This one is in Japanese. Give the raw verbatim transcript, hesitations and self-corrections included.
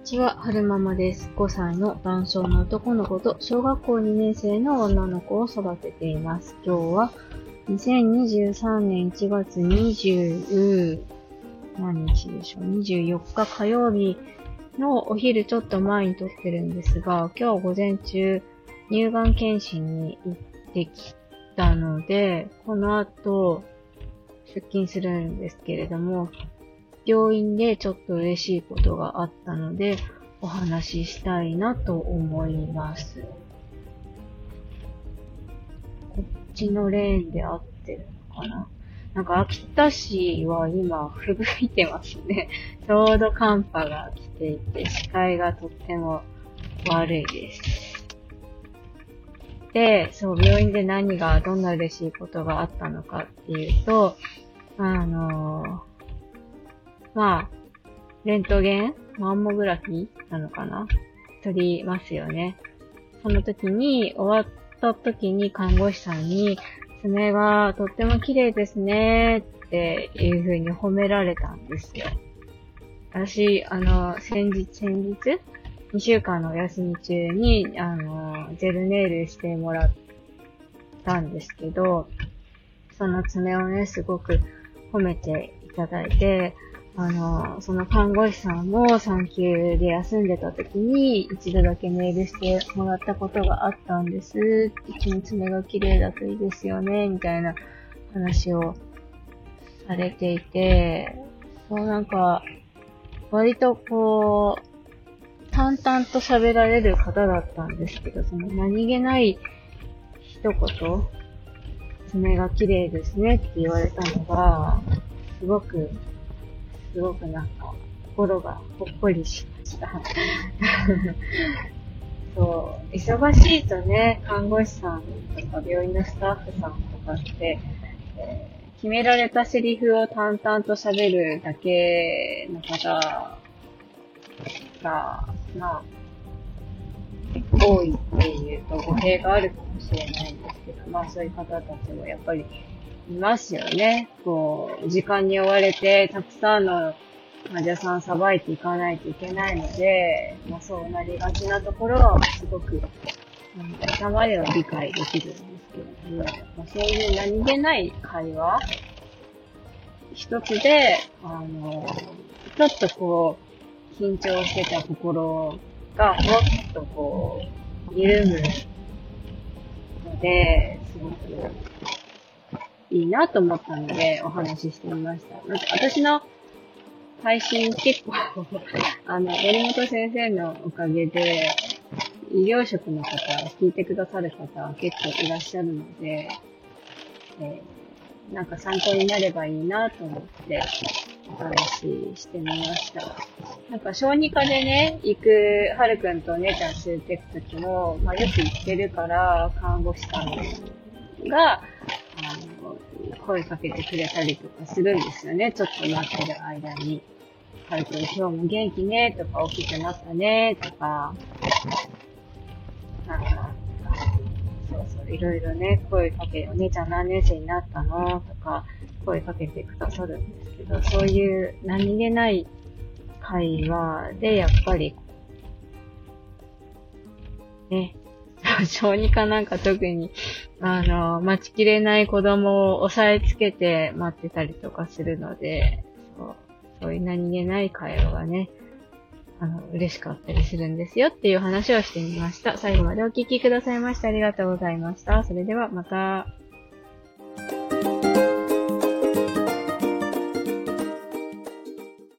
ちは、はるままです。ごさいの男性の男の子と小学校にねん生の女の子を育てています。今日はにせんにじゅうさんねんいちがつにじゅう、何日でしょう ?にじゅうよっか火曜日のお昼ちょっと前に撮ってるんですが、今日午前中乳がん検診に行ってきたので、この後出勤するんですけれども、病院でちょっと嬉しいことがあったので、お話ししたいなと思います。こっちのレーンで合ってるのかな？なんか秋田市は今、吹雪いてますね。ちょうど寒波が来ていて、視界がとっても悪いです。で、そう、病院で何が、どんな嬉しいことがあったのかっていうと、あのー、まあ、レントゲンマンモグラフィーなのかな撮りますよね。その時に、終わった時に看護師さんに、爪がとっても綺麗ですねっていう風に褒められたんですよ。私、あの、先日、先日にしゅうかんのお休み中に、あの、ジェルネイルしてもらったんですけど、その爪をね、すごく褒めていただいて、あの、その看護師さんも産休で休んでた時に一度だけネイルしてもらったことがあったんです。うちの爪が綺麗だといいですよね、みたいな話をされていて、そうなんか、割とこう、淡々と喋られる方だったんですけど、その何気ない一言、爪が綺麗ですねって言われたのが、すごく、すごくなんか、心がほっこりしました。そう、忙しいとね、看護師さんとか病院のスタッフさんとかって、えー、決められたセリフを淡々と喋るだけの方が、まあ、多いっていうと語弊があるかもしれないんですけど、まあそういう方たちもやっぱりいますよね。こう、時間に追われて、たくさんの患者さんさばいていかないといけないので、まあそうなりがちなところはすごく、頭では理解できるんですけれども、まあ、そういう何気ない会話一つで、あの、ちょっとこう、緊張してた心がもっとこう、緩むので、すごくいいなと思ったのでお話ししてみました。なんか私の配信結構、あの、森本先生のおかげで、医療職の方、聞いてくださる方結構いらっしゃるので、えー、なんか参考になればいいなと思ってお話ししてみました。なんか小児科でね、行く、はるくんとお姉ちゃん連れて行くときも、まあよく行ってるから、看護師さんが、あの、声かけてくれたりとかするんですよね。ちょっと待ってる間に。はるくん今日も元気ねとか、大きくなったねとか、なんか、そうそう、いろいろね、声かけ、お姉ちゃん何年生になったのとか、声かけてくださるんですけど、そういう何気ない会話で、やっぱり、ね、小児科なんか特に、あの、待ちきれない子供を押さえつけて待ってたりとかするので、そう、そういう何気ない会話がね、あの、嬉しかったりするんですよっていう話をしてみました。最後までお聞きくださいましてありがとうございました。それではまた。